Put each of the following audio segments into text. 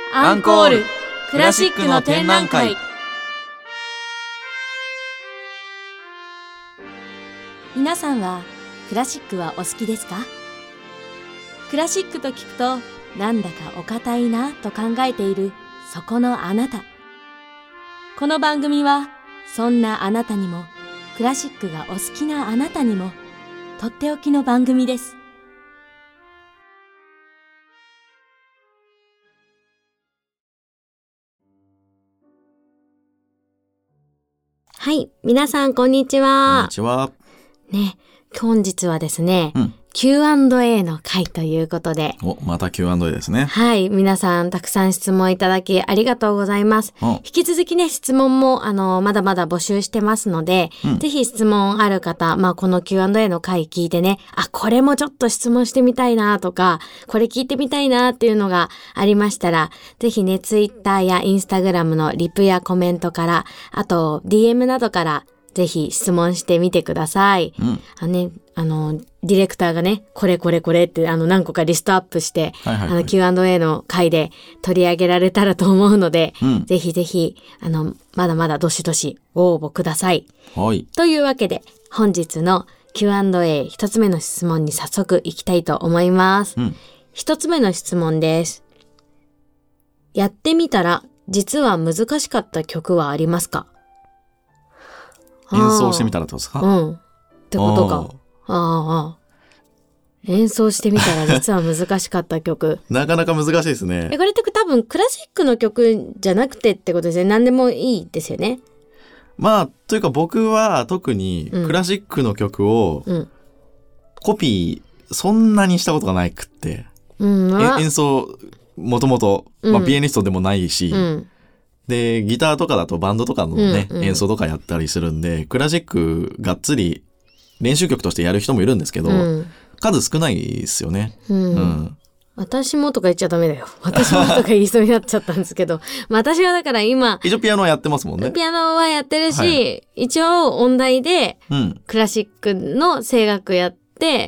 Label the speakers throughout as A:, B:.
A: アンコールクラシックの展覧会。
B: 皆さんはクラシックはお好きですか？クラシックと聞くとなんだかお堅いなと考えているそこのあなた。この番組はそんなあなたにもクラシックがお好きなあなたにもとっておきの番組です。はい、皆さんこんにちは。
A: こんにちは。
B: ね、本日はですね、Q&A の回ということで。
A: また Q&A ですね。
B: はい、皆さんたくさん質問いただきありがとうございます。引き続きね、質問もまだまだ募集してますので、ぜひ質問ある方、この Q&A の回聞いてね、これもちょっと質問してみたいなとか、これ聞いてみたいなっていうのがありましたら、ぜひね、Twitter や Instagram のリプやコメントから、あと DM などからぜひ質問してみてください。ディレクターがね、これって何個かリストアップして、Q&A の回で取り上げられたらと思うので、ぜひぜひ、まだまだどしどしご応募ください。
A: はい。
B: というわけで、本日の Q&A 一つ目の質問に早速いきたいと思います。一つ目の質問です。やってみたら、実は難しかった曲はありますか？
A: 演奏してみたらってことですか？
B: ってことか。演奏してみたら実は難しかった曲。
A: なかなか難しいですね。
B: これって多分クラシックの曲じゃなくてってことですね。何でもいいですよね。
A: というか僕は特にクラシックの曲をコピーそんなにしたことがなくって、演奏もともとピアニストでもないし、でギターとかだとバンドとかのね、演奏とかやったりするんで、クラシックがっつり練習曲としてやる人もいるんですけど、数少ないですよね。
B: 私もとか言っちゃダメだよ。私もとか言いそうになっちゃったんですけど、私はだから今
A: 一応ピアノはやってますもんね。
B: ピアノはやってるし、一応音大でクラシックの声楽やって、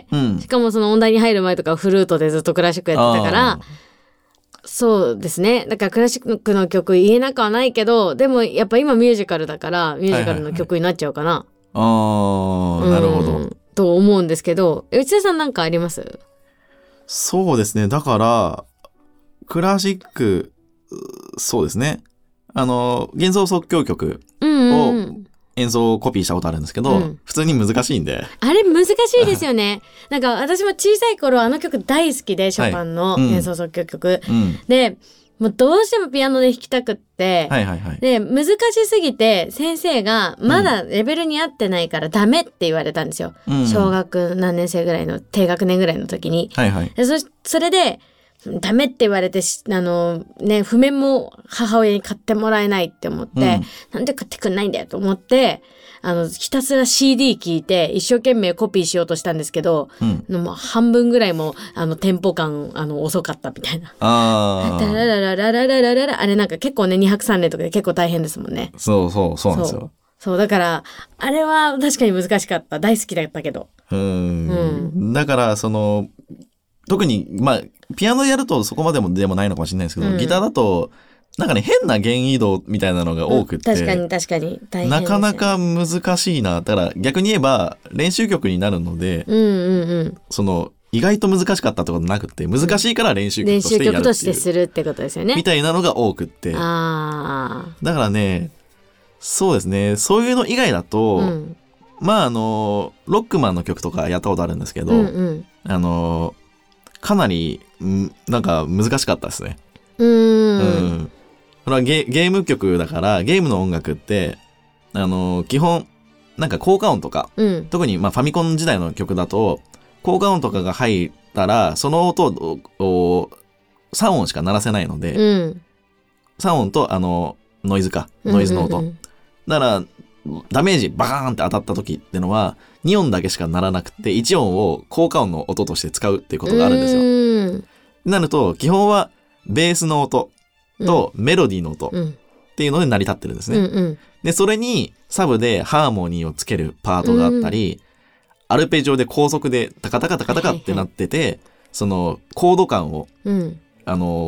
B: しかもその音大に入る前とかフルートでずっとクラシックやってたから、そうですね。だからクラシックの曲言えなくはないけど、でもやっぱ今ミュージカルだからミュージカルの曲になっちゃうかな。
A: なるほど。
B: と思うんですけど、内田さんなんかあります？
A: そうですね。だからクラシック、そうですね。幻想即興曲を演奏をコピーしたことあるんですけど、普通に難しいんで。
B: あれ難しいですよね。なんか私も小さい頃あの曲大好きで、ショパンの演奏即興曲、でもうどうしてもピアノで弾きたくって、で難しすぎて先生がまだレベルに合ってないからダメって言われたんですよ、小学何年生ぐらいの低学年ぐらいの時に、でそれでダメって言われて譜面も母親に買ってもらえないって思って、なんで買ってくんないんだよと思ってひたすら CD 聞いて一生懸命コピーしようとしたんですけど、もう半分ぐらいもテンポ感遅かったみたいな。ダラララララララララ、あれなんか結構ね2拍3連とかで結構大変ですもんね。
A: そうなんですよ。
B: そうだからあれは確かに難しかった。大好きだったけど。
A: だから特にピアノやるとそこまでもないのかもしれないですけど、ギターだとなんかね、変な弦移動みたいなのが多くって、
B: 確かに大変ですよ。
A: なかなか難しいな。だから逆に言えば練習曲になるので、意外と難しかったってことなくて、難しいから練習曲としてやるっていう、練習曲として
B: するってことですよね、
A: みたいなのが多くって。だからね、そうですね、そういうの以外だと、ロックマンの曲とかやったことあるんですけど、かなりなんか難しかったですね。これはゲーム曲だから、ゲームの音楽って基本なんか効果音とか、特にファミコン時代の曲だと効果音とかが入ったらその音を3音しか鳴らせないので、3音とノイズの音、だからダメージバーンって当たった時ってのは2音だけしか鳴らなくて、1音を効果音の音として使うっていうことがあるんですよ。なると基本はベースの音とメロディーの音っていうので成り立ってるんですね。でそれにサブでハーモニーをつけるパートがあったり、アルペジオで高速でタカタカタカタカってなってて、そのコード感を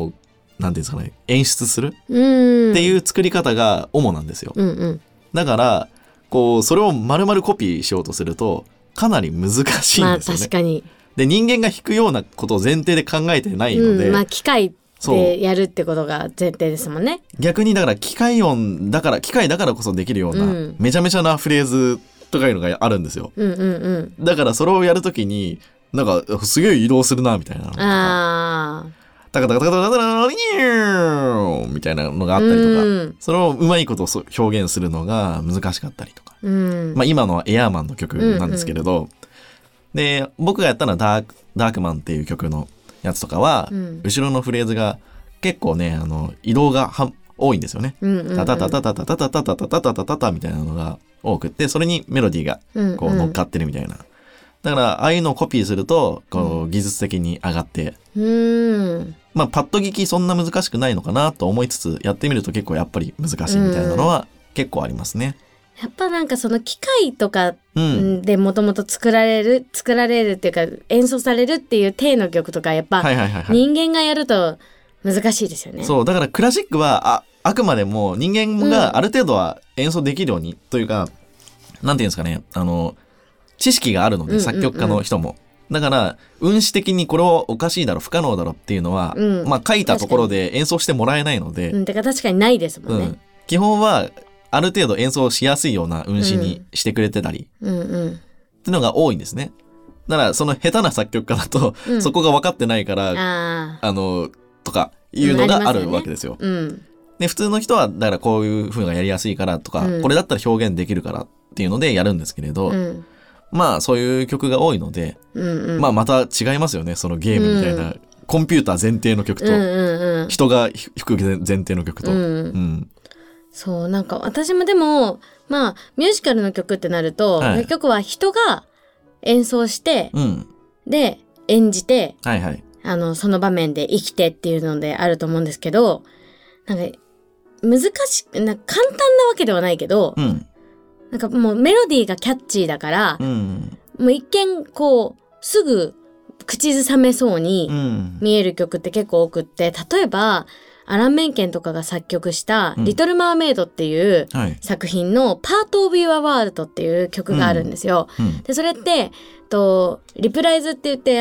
A: なんていうんですかね、演出するっていう作り方が主なんですよ。だからこうそれを丸々コピーしようとするとかなり難しいんですよね。
B: 確かに。
A: で人間が弾くようなことを前提で考えてないので、
B: 機械でやるってことが前提ですもんね。
A: 逆にだから機械だからこそできるような、めちゃめちゃなフレーズとかいうのがあるんですよ。だからそれをやるときになんかすげえ移動するなみたいな。タカタカタカタカタカニューみたいなのがあったりとか、それをうまいことを表現するのが難しかったりとか、今のはエアーマンの曲なんですけれど、で僕がやったのはダークマンっていう曲のやつとかは、後ろのフレーズが結構ね移動が多いんですよね。タタタタタタタタタタタタタタタタみたいなのが多くって、それにメロディーがこう乗っかってるみたいな。だからああいうのをコピーするとこう技術的に上がって、まあパッと聞きそんな難しくないのかなと思いつつ、やってみると結構やっぱり難しいみたいなのは結構ありますね。
B: やっぱなんかその機械とかでもともと作られるっていうか演奏されるっていう体の曲とかやっぱ人間がやると難しいですよね。
A: そうだからクラシックはあくまでも人間がある程度は演奏できるようにというか、なんていうんですかね、知識があるので、作曲家の人も。だから運指的にこれはおかしいだろ不可能だろっていうのは、まあ書いたところで演奏してもらえないので、
B: だから確かにないですもんね。
A: 基本はある程度演奏しやすいような運指にしてくれてたり、っていうのが多いんですね。だからその下手な作曲家だと、そこが分かってないからとかいうのがあるわけですよ。で普通の人はだからこういう風がやりやすいからとか、これだったら表現できるからっていうのでやるんですけれど、まあそういう曲が多いので、まあまた違いますよね。そのゲームみたいな、コンピューター前提の曲と、人が弾く前提の曲と、
B: そうなんか私もでもまあミュージカルの曲ってなると、結局は人が演奏して、で演じて、その場面で生きてっていうのであると思うんですけど、なんか簡単なわけではないけど、なんかもうメロディーがキャッチーだから、もう一見こうすぐ口ずさめそうに見える曲って結構多くって、例えばアラン・メンケンとかが作曲したリトル・マーメイドっていう作品のパート・オブ・ユア・ワールドっていう曲があるんですよ。でそれってリプライズって言って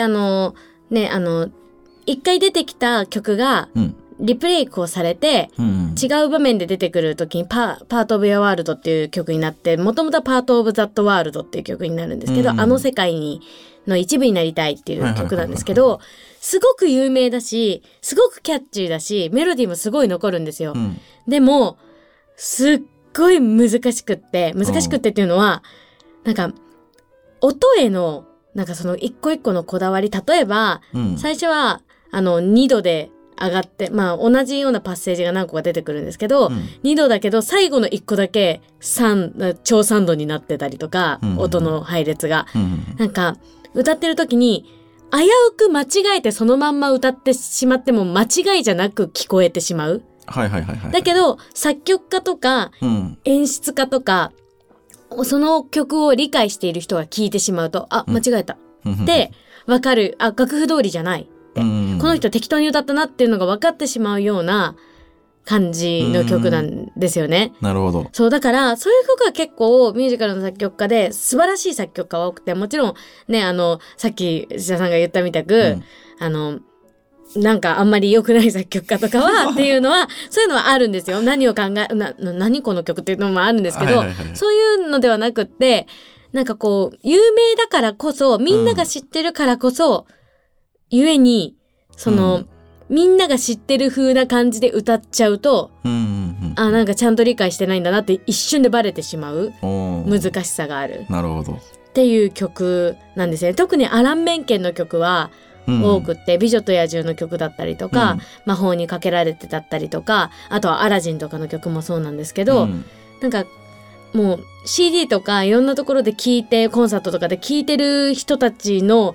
B: 一回出てきた曲がリプレイクをされて、違う場面で出てくる時にパート・オブ・ユア・ワールドっていう曲になって、もともとはパート・オブ・ザット・ワールドっていう曲になるんですけど、あの世界の一部になりたいっていう曲なんですけど、すごく有名だし、すごくキャッチーだし、メロディーもすごい残るんですよ。でも、すっごい難しくってっていうのは、なんか、音への、なんかその一個一個のこだわり、例えば、最初は、2度で上がって、まあ同じようなパッセージが何個か出てくるんですけど、2度だけど最後の1個だけ超3度になってたりとか、音の配列が。なんか、歌ってる時に、危うく間違えてそのまんま歌ってしまっても間違いじゃなく聞こえてしまう。だけど、作曲家とか、演出家とか、その曲を理解している人が聞いてしまうと、間違えた。で、わかる。楽譜通りじゃない。この人適当に歌ったなっていうのが分かってしまうような感じの曲なんですよね。
A: なるほど。
B: そうだからそういう曲が結構ミュージカルの作曲家で素晴らしい作曲家が多くて、もちろんねさっき志田さんが言ったみたく、なんかあんまり良くない作曲家とかはっていうのはそういうのはあるんですよ。何この曲っていうのもあるんですけど、そういうのではなくって、なんかこう有名だからこそ、みんなが知ってるからこそ、ゆえにみんなが知ってる風な感じで歌っちゃうと、なんかちゃんと理解してないんだなって一瞬でバレてしまう難しさがある。
A: なるほど。
B: っていう曲なんですね。特にアラン・メンケンの曲は多くって、美女と野獣の曲だったりとか、魔法にかけられてだったりとか、あとはアラジンとかの曲もそうなんですけど、なんかもう CD とかいろんなところで聴いて、コンサートとかで聴いてる人たちの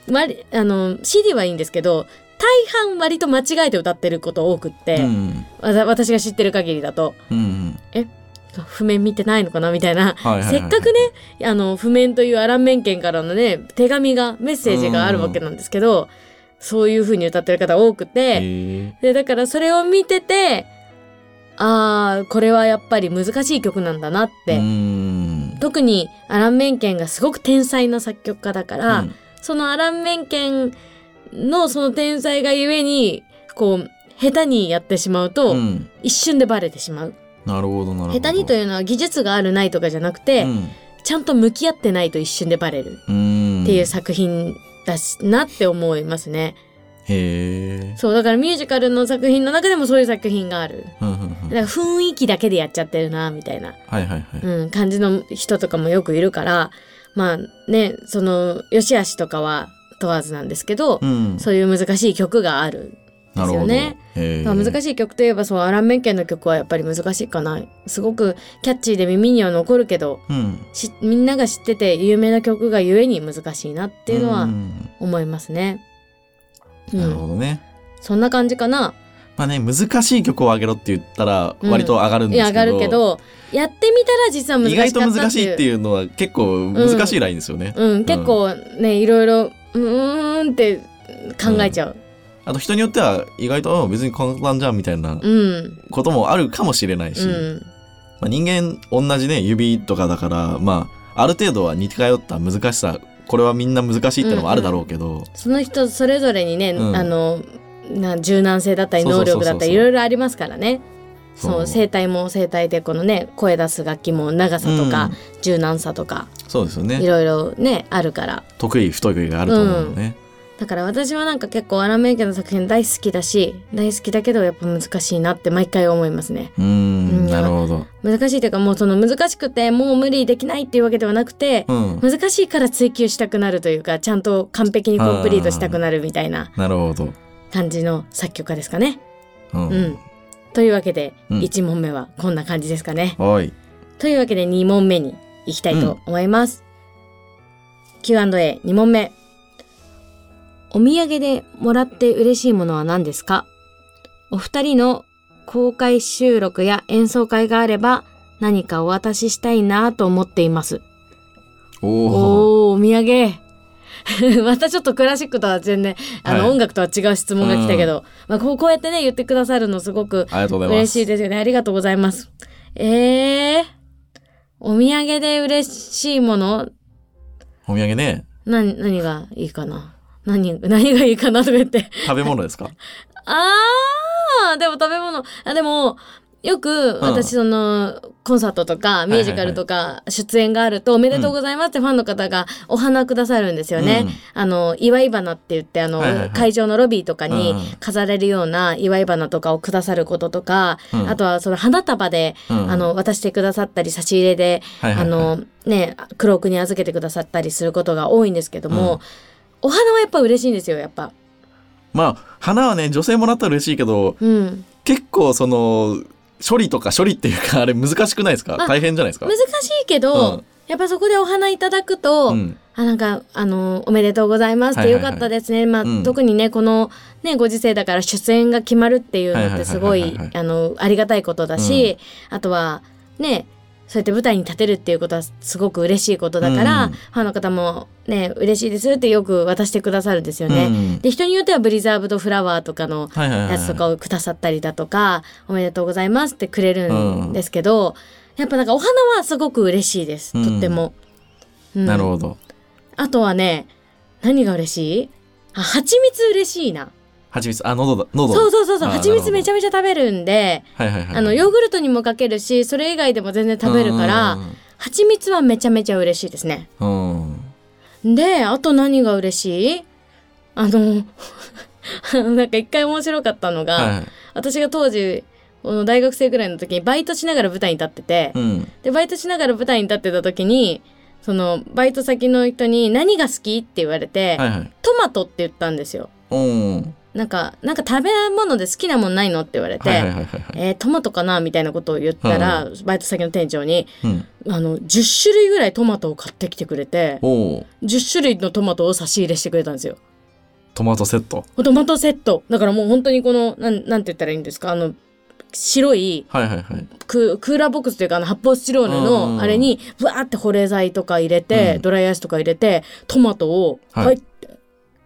B: CD はいいんですけど、大半割と間違えて歌ってること多くって、私が知ってる限りだと、譜面見てないのかなみたいな、せっかくね譜面というアラン・メンケンからのねメッセージがあるわけなんですけど、 そういう風に歌ってる方多くて、でだからそれを見てて、これはやっぱり難しい曲なんだなって。特にアラン・メンケンがすごく天才な作曲家だから、そのアラン・メンケンのその天才がゆえにこう下手にやってしまうと、一瞬でバレてしまう。
A: なるほどなるほど。
B: 下手にというのは技術があるないとかじゃなくて、ちゃんと向き合ってないと一瞬でバレるっていう作品だしなって思いますね。そうだからミュージカルの作品の中でもそういう作品がある。だから雰囲気だけでやっちゃってるなみたいな、感じの人とかもよくいるから、まあね、その良し悪しとかは問わずなんですけど、そういう難しい曲があるんですよね。難しい曲といえばそうアラン・メンケンの曲はやっぱり難しいかな。すごくキャッチーで耳には残るけど、みんなが知ってて有名な曲がゆえに難しいなっていうのは思いますね。
A: なるほどね。
B: そんな感じかな。
A: まあね、難しい曲をあげろって言ったら割と上がるんですけど、
B: 上がるけどやってみたら実は難しかったっていう。
A: 意外と難しいっていうのは結構難しいラインですよね。
B: 結構ね、いろいろって考えちゃう。
A: あと人によっては意外と別に簡単じゃんみたいなこともあるかもしれないし、まあ、人間同じね指とかだから、まあある程度は似通った難しさ、これはみんな難しいってのもあるだろうけど、
B: その人それぞれにね、柔軟性だったり能力だったりいろいろありますからね。そう声帯も声帯でこのね声出す楽器も長さとか、柔軟さとか、
A: そうですよね、
B: いろいろねあるから
A: 得意不得意があると思うのね。
B: だから私はなんか結構アラン・メンケンの作品大好きだし、大好きだけどやっぱ難しいなって毎回思いますね。
A: なるほど。
B: 難しいというかもうその難しくてもう無理できないっていうわけではなくて、難しいから追求したくなるというか、ちゃんと完璧にコンプリートしたくなるみたいな感じの作曲家ですかね。というわけで1問目はこんな感じですかね。というわけで2問目に行きたいと思います。Q&A2 問目。お土産でもらって嬉しいものは何ですか？お二人の公開収録や演奏会があれば何かお渡ししたいなと思っています。お土産またちょっとクラシックとは全然音楽とは違う質問が来たけど、こうやってね言ってくださるのすごく嬉しいですよね。ありがとうございます。お土産で嬉しいもの、
A: お土産ね、
B: 何がいいかな、何がいいかなとか言って
A: 食べ物ですか？
B: でも食べ物、でもよく私そのコンサートとかミュージカルとか出演があるとおめでとうございますってファンの方がお花くださるんですよね。祝い花って言って会場のロビーとかに飾れるような祝い花とかをくださることとか、あとはその花束で渡してくださったり、差し入れでクロークに預けてくださったりすることが多いんですけども、お花はやっぱ嬉しいんですよ。やっぱ
A: まあ花はね女性もらったら嬉しいけど、結構その処理っていうかあれ難しくないですか？大変じゃないですか？
B: 難しいけど、やっぱそこでお花いただくと、なんかおめでとうございますってよかったですね。特にねこのねご時世だから出演が決まるっていうのってすごいありがたいことだし、あとはねそうやって舞台に立てるっていうことはすごく嬉しいことだから、ファンの方もね嬉しいですってよく渡してくださるんですよね。で人によってはブリザーブドフラワーとかのやつとかをくださったりだとか、おめでとうございますってくれるんですけど、やっぱなんかお花はすごく嬉しいです。とっても。
A: なるほど。
B: あとはね、何が嬉しい？蜂蜜嬉しいな。
A: 蜂蜜、喉だ。
B: そう蜂蜜めちゃめちゃ食べるんで、ヨーグルトにもかけるし、それ以外でも全然食べるから蜂蜜はめちゃめちゃ嬉しいですね。であと何が嬉しい？なんか一回面白かったのが、私が当時この大学生ぐらいの時にバイトしながら舞台に立ってて、でバイトしながら舞台に立ってた時にそのバイト先の人に何が好きって言われて、トマトって言ったんですよ。なんか食べ物で好きなもんないのって言われて、トマトかなみたいなことを言ったら、バイト先の店長に、10種類ぐらいトマトを買ってきてくれて、10種類のトマトを差し入れしてくれたんですよ。
A: トマトセット
B: だからもう本当にこのなんて言ったらいいんですか、白い、クーラーボックスというか発泡スチロールのあれにブワーって保冷剤とか入れて、ドライアイスとか入れてトマトを入って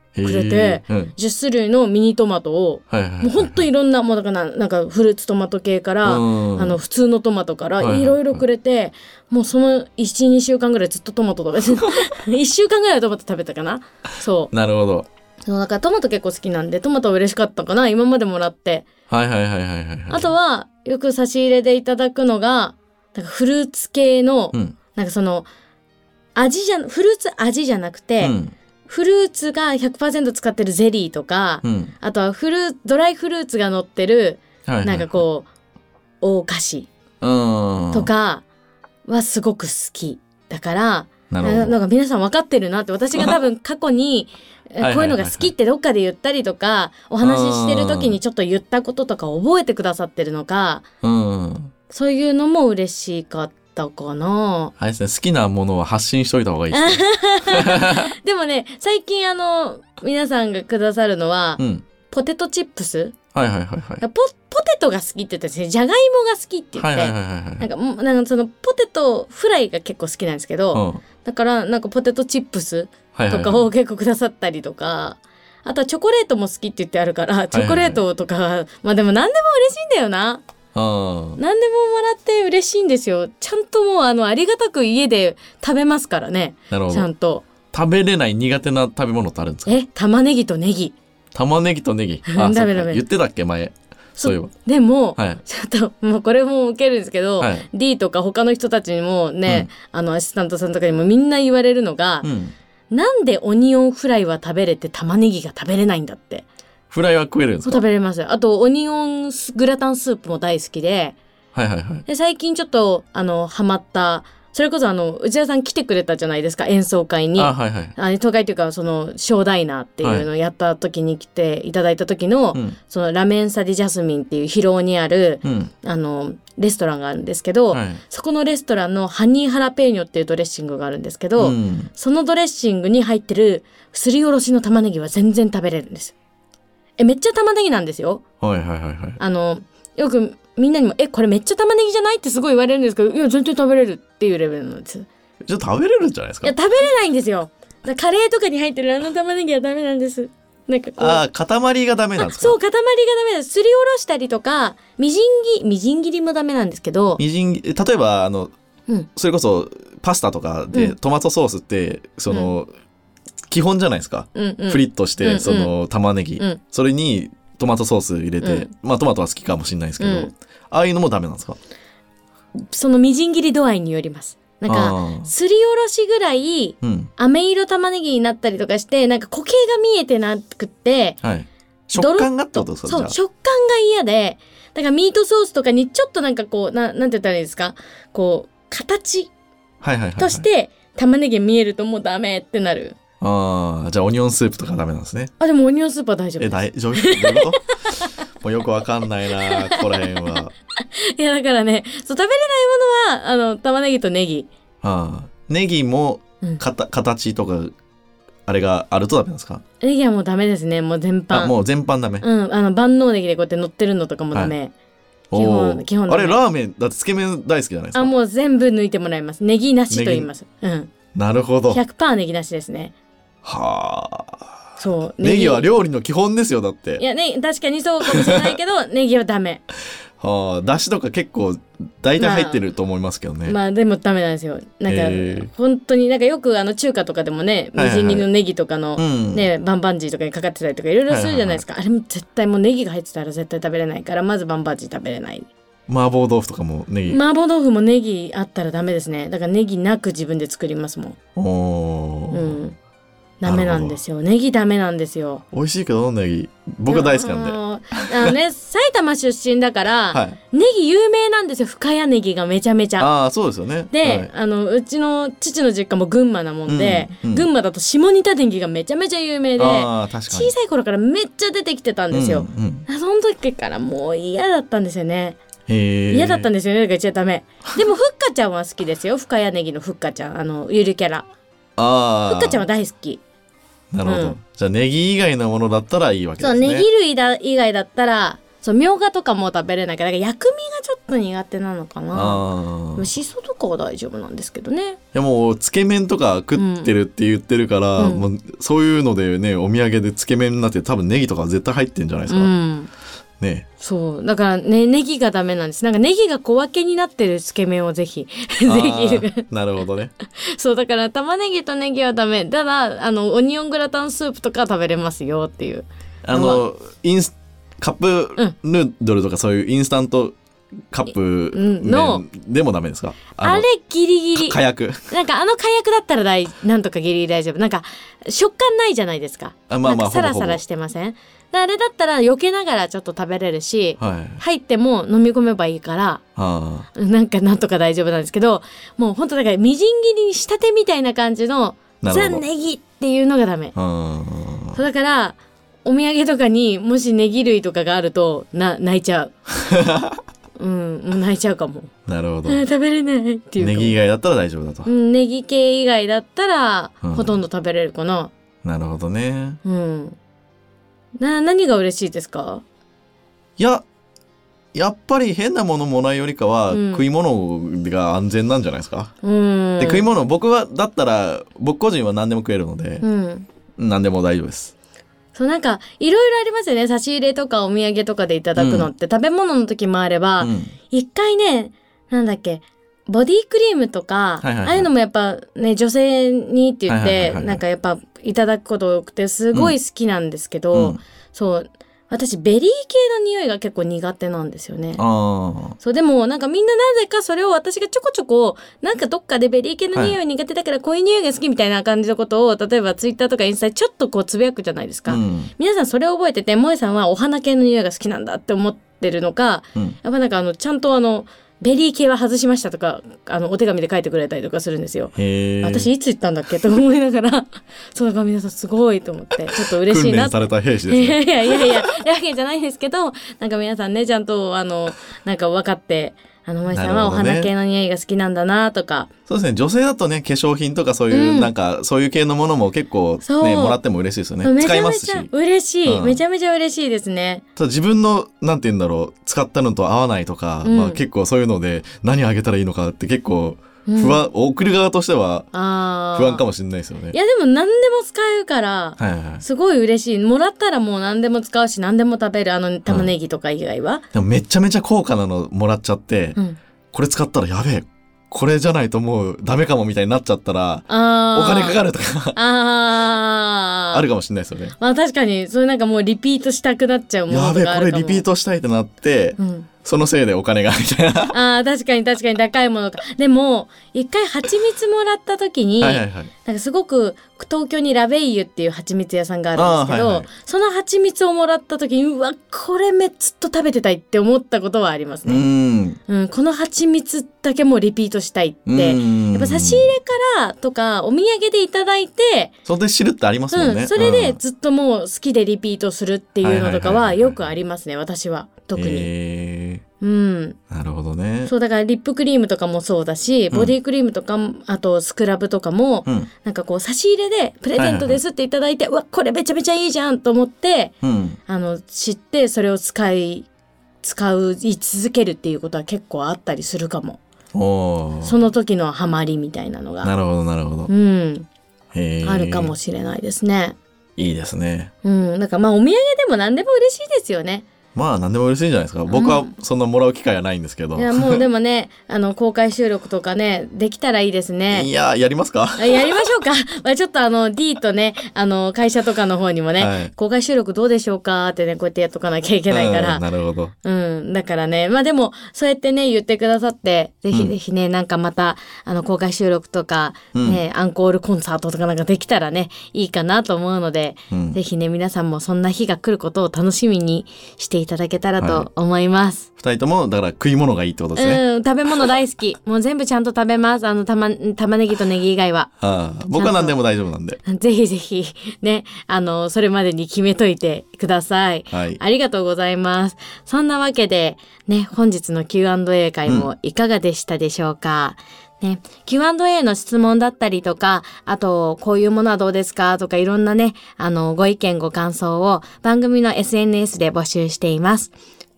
B: くれて、10種類のミニトマトを、もうほんといろんなもうだからなんかフルーツトマト系から、普通のトマトからいろいろくれて、もうその 1,2 週間ぐらいずっとトマト食べて1週間ぐらいトマト食べたかな。そう
A: なるほど。
B: そうだからトマト結構好きなんで、トマトは嬉しかったかな今までもらって。あとはよく差し入れでいただくのがなんかフルーツ系の、なんかそのフルーツ味じゃなくて、フルーツが 100% 使ってるゼリーとか、あとはドライフルーツが乗ってる、なんかこうお菓子とかはすごく好きだから、なんか皆さん分かってるなって。私が多分過去にこういうのが好きってどっかで言ったりとか、お話ししてる時にちょっと言ったこととか覚えてくださってるのか、そういうのも嬉しかったかな。
A: はいですね、好きなものは発信しといた方がいいですね
B: でもね、最近皆さんがくださるのは、ポテトチップス、ポテトが好きって言ってですね、じゃがいもが好きって言って、なんかそのポテトフライが結構好きなんですけど、だからなんかポテトチップスとかを結構くださったりとか、あとはチョコレートも好きって言ってあるから、チョコレートとか、まあでも何でも嬉しいんだよな。何でももらって嬉しいんですよ。ちゃんともうありがたく家で食べますからね。
A: なるほど。
B: ちゃんと
A: 食べれない苦手な食べ物ってあるんですか？
B: 玉ねぎとネギ。
A: 玉ねぎとネギ。
B: ダメダメ。
A: 言ってたっけ前。そういえば。
B: でも、ちょっともうこれも受けるんですけど、D とか他の人たちにもね、アシスタントさんとかにもみんな言われるのが、なんでオニオンフライは食べれて玉ねぎが食べれないんだって。
A: フライは食えるんですか？
B: 食べれます。あとオニオングラタンスープも大好きで、で最近ちょっとハマった、それこそ内田さん来てくれたじゃないですか、演奏会に。演奏会っていうかそのショーダイナーっていうのをやった時に来ていただいた時の、そのラメンサディジャスミンっていう広尾にある、レストランがあるんですけど、そこのレストランのハニーハラペーニョっていうドレッシングがあるんですけど、そのドレッシングに入ってるすりおろしの玉ねぎは全然食べれるんです。めっちゃ玉ねぎなんですよ。よくみんなにもこれめっちゃ玉ねぎじゃないってすごい言われるんですけど、いや全然食べれるっていうレベルなんです。
A: じゃあ食べれるんじゃないですか？
B: いや食べれないんですよ。カレーとかに入ってる玉ねぎはダメなんです。なんかこう
A: 塊がダメなんですか？
B: そう、塊がダメです。すりおろしたりとかみじん切りもダメなんですけど、
A: 例えばそれこそパスタとかでトマトソースってその、基本じゃないですか、フリットして、その玉ねぎ、それにトマトソース入れて、まあトマトは好きかもしれないですけど、ああいうのもダメなんですか？
B: そのみじん切り度合いによります。なんかすりおろしぐらい、飴色玉ねぎになったりとかして、なんか固形が見えてなくって、
A: 食感がってことですか？
B: そう、食感が嫌で、だからミートソースとかにちょっとなんかこうなんて言ったらいいですか、こう形として玉ねぎ見えるともうダメってなる。
A: じゃあオニオンスープとかダメなんですね。
B: でもオニオンスープは大丈夫です。
A: 大丈夫？どういうこと？もうよくわかんないな、ここら辺は。
B: いやだからね、そう食べれないものは玉ねぎとネギ。
A: ネギも形とかあれがあるとダメなんですか？
B: ネギはもうダメですね。もう全般。
A: もう全般ダメ。
B: 万能ネギでこうやって乗ってるのとかもダメ。基本ダメ。
A: あれラーメンだってつけ麺大好きじゃないですか？
B: もう全部抜いてもらいます。ネギなしと言います。
A: なるほど。
B: 100% ネギなしですね。そう。
A: ネギは料理の基本ですよ、だって。
B: いやね、確かにそうかもしれないけどネギはダメ。
A: だしとか結構大体入ってると思いますけどね。
B: まあでもダメなんですよ。なんか本当になんかよく中華とかでもね、みじん切りのネギとかのね、バンバンジーとかにかかってたりとかいろいろするじゃないですか。あれも絶対もうネギが入ってたら絶対食べれないから、まずバンバンジー食べれない。
A: 麻婆豆腐とかもネギ。
B: 麻婆豆腐もネギあったらダメですね。だからネギなく自分で作りますもん。ダメなんですよ。ネギダメなんですよ。
A: 美味しいけどネギ僕は大好きなんで。
B: 埼玉出身だから、ネギ有名なんですよ。深谷ネギがめちゃめちゃ。
A: そうですよね。
B: で、うちの父の実家も群馬なもんで、群馬だと下仁田ネギがめちゃめちゃ有名で、小さい頃からめっちゃ出てきてたんですよ。その時からもう嫌だったんですよね。嫌だったんですよね。だから言っちゃダメ。でもふっかちゃんは好きですよ。深谷ネギのふっかちゃん、ゆるキャラ。ふっかちゃんは大好き。
A: なるほど。じゃあネギ以外のものだったらいいわけですね。
B: そう、ネギ類以外だったらそうみょうがとかも食べれないから、薬味がちょっと苦手なのかな。しそとかは大丈夫なんですけどね。
A: いやもうつけ麺とか食ってるって言ってるから、もうそういうのでね、お土産でつけ麺になって多分ネギとか絶対入ってんじゃないですか、ね。
B: そうだからね、ネギがダメなんです。なんかネギが小分けになってるつけ麺をぜひぜひ
A: なるほどね。
B: そうだから玉ねぎとネギはダメ。ただオニオングラタンスープとか食べれますよっていう。
A: カップヌードルとかそういうインスタントカップ麺でもダメですか？
B: あれギリギリ
A: 火薬
B: なんか火薬だったらなんとかギリギリ大丈夫。なんか食感ないじゃないですか。なんかサラサラしてません？あれだったら避けながらちょっと食べれるし、入っても飲み込めばいいから、なんとか大丈夫なんですけど、もう本当だからみじん切りに仕立てみたいな感じのザ・ネギっていうのがダメ。そうだからお土産とかにもしネギ類とかがあると泣いちゃう。もう泣いちゃうかも。
A: なるほど。
B: 食べれないっていう。
A: ネギ以外だったら大丈夫だと。
B: ネギ系以外だったら、ほとんど食べれるかな。
A: なるほどね。
B: 何が嬉しいですか？
A: やっぱり変なものもらうよりかは、食い物が安全なんじゃないですか。で食い物僕だったら僕個人は何でも食えるので、何でも大丈夫です。
B: そうなんかいろいろありますよね。差し入れとかお土産とかでいただくのって、食べ物の時もあれば、一回ねなんだっけボディクリームとか、ああいうのもやっぱね女性にって言って、なんかやっぱいただくこと多くてすごい好きなんですけど、そう私ベリー系の匂いが結構苦手なんですよね。そうでもなんかみんななぜかそれを私がちょこちょこなんかどっかでベリー系の匂い苦手だからこういう匂いが好きみたいな感じのことを例えばツイッターとかインスタでちょっとこうつぶやくじゃないですか、皆さんそれを覚えてて萌さんはお花系の匂いが好きなんだって思ってるのか、やっぱなんかちゃんとベリー系は外しましたとかお手紙で書いてくれたりとかするんですよ。私いつ言ったんだっけと思いながらそうだから皆さんすごいと思ってちょっと嬉しいな。
A: 訓練された兵士ですね。
B: いやわけじゃないんですけど、なんか皆さんねちゃんとなんか分かって萌さんはお花系の匂いが好きなんだなとか。
A: そうですね。女性だとね化粧品とかそういう、なんかそういう系のものも結構ねもらっても嬉しいですよね。使いますし。
B: 嬉しい、めちゃめちゃ嬉しいですね。
A: ただ自分のなんて言うんだろう使ったのと合わないとか、結構そういうので何あげたらいいのかって結構不安、送る側としては不安かもしれないですよね。
B: いやでも何でも使えるから、すごい嬉しい。もらったらもう何でも使うし何でも食べる玉ねぎとか以外は、
A: でもめちゃめちゃ高価なのもらっちゃって、これ使ったらやべえこれじゃないともうダメかもみたいになっちゃったらお金かかるとかあるかもしれないですよね。
B: 確かにそれなんかもうリピートしたくなっちゃうものとかあるかも。
A: やべえこれリピートしたいってなって、そのせいでお金がみたいな。
B: 確かに高いものか。でも一回蜂蜜もらった時に、なんかすごく東京にラベイユっていう蜂蜜屋さんがあるんですけど、その蜂蜜をもらった時にうわこれずっと食べてたいって思ったことはありますね。この蜂蜜だけもリピートしたいって、やっぱ差し入れからとかお土産でいただいて
A: それで知るってありますもんね。
B: それでずっともう好きでリピートするっていうのとかはよくありますね、私は特に。
A: なるほどね。
B: そうだからリップクリームとかもそうだし、ボディクリームとかあとスクラブとかも、なんかこう差し入れでプレゼントですっていただいて、うわこれめちゃめちゃいいじゃんと思って、知ってそれを使い続けるっていうことは結構あったりするかも。その時のハマりみたいなのが
A: なるほど
B: あるかもしれないですね。
A: いいですね。
B: だからお土産でも何でも嬉しいですよね。
A: 何でも嬉しいんじゃないですか。僕はそんなもらう機会はないんですけど、
B: いやもうでもね公開収録とかねできたらいいですね。
A: いややりますか。
B: やりましょうか。ちょっとD とね会社とかの方にもね、公開収録どうでしょうかってねこうやってやっとかなきゃいけないから。
A: なるほど。
B: だからねでもそうやってね言ってくださってぜひぜひね、なんかまた公開収録とかね、アンコールコンサートとかなんかできたらねいいかなと思うので、ぜひね皆さんもそんな日が来ることを楽しみにしていただけたらと思います。
A: 2人ともだから食い物がいいってことですね。
B: 食べ物大好き。もう全部ちゃんと食べます。玉ねぎとネギ以外は。
A: 僕は何でも大丈夫なんで。
B: ぜひぜひねそれまでに決めといてください。ありがとうございます。そんなわけでね本日の Q&A 会もいかがでしたでしょうか。Q&A の質問だったりとか、あと、こういうものはどうですかとか、いろんなね、ご意見ご感想を番組の SNS で募集しています。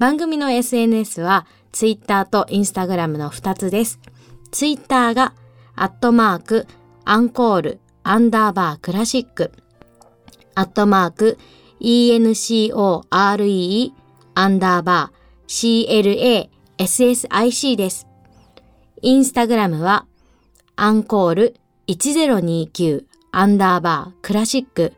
B: 番組の SNS は Twitter と Instagram の2つです。Twitter がアンコール_クラシック@ENCORE CLASSIC です。インスタグラムはアンコール1029クラシック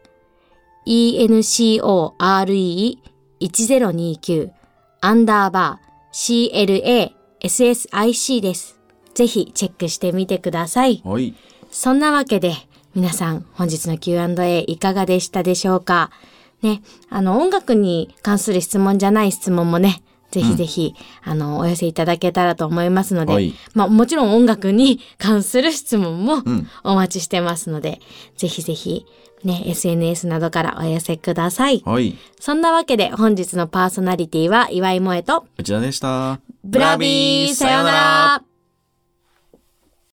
B: ENCORE1029CLASSIC です。ぜひチェックしてみてください。
A: はい。
B: そんなわけで皆さん本日の Q&A いかがでしたでしょうかね。音楽に関する質問じゃない質問もね、ぜひぜひ、お寄せいただけたらと思いますので、もちろん音楽に関する質問もお待ちしてますので、ぜひぜひね、SNS などからお寄せください。
A: はい。
B: そんなわけで本日のパーソナリティは岩井萌と
A: 内田でした。
B: ブラビー、さようなら。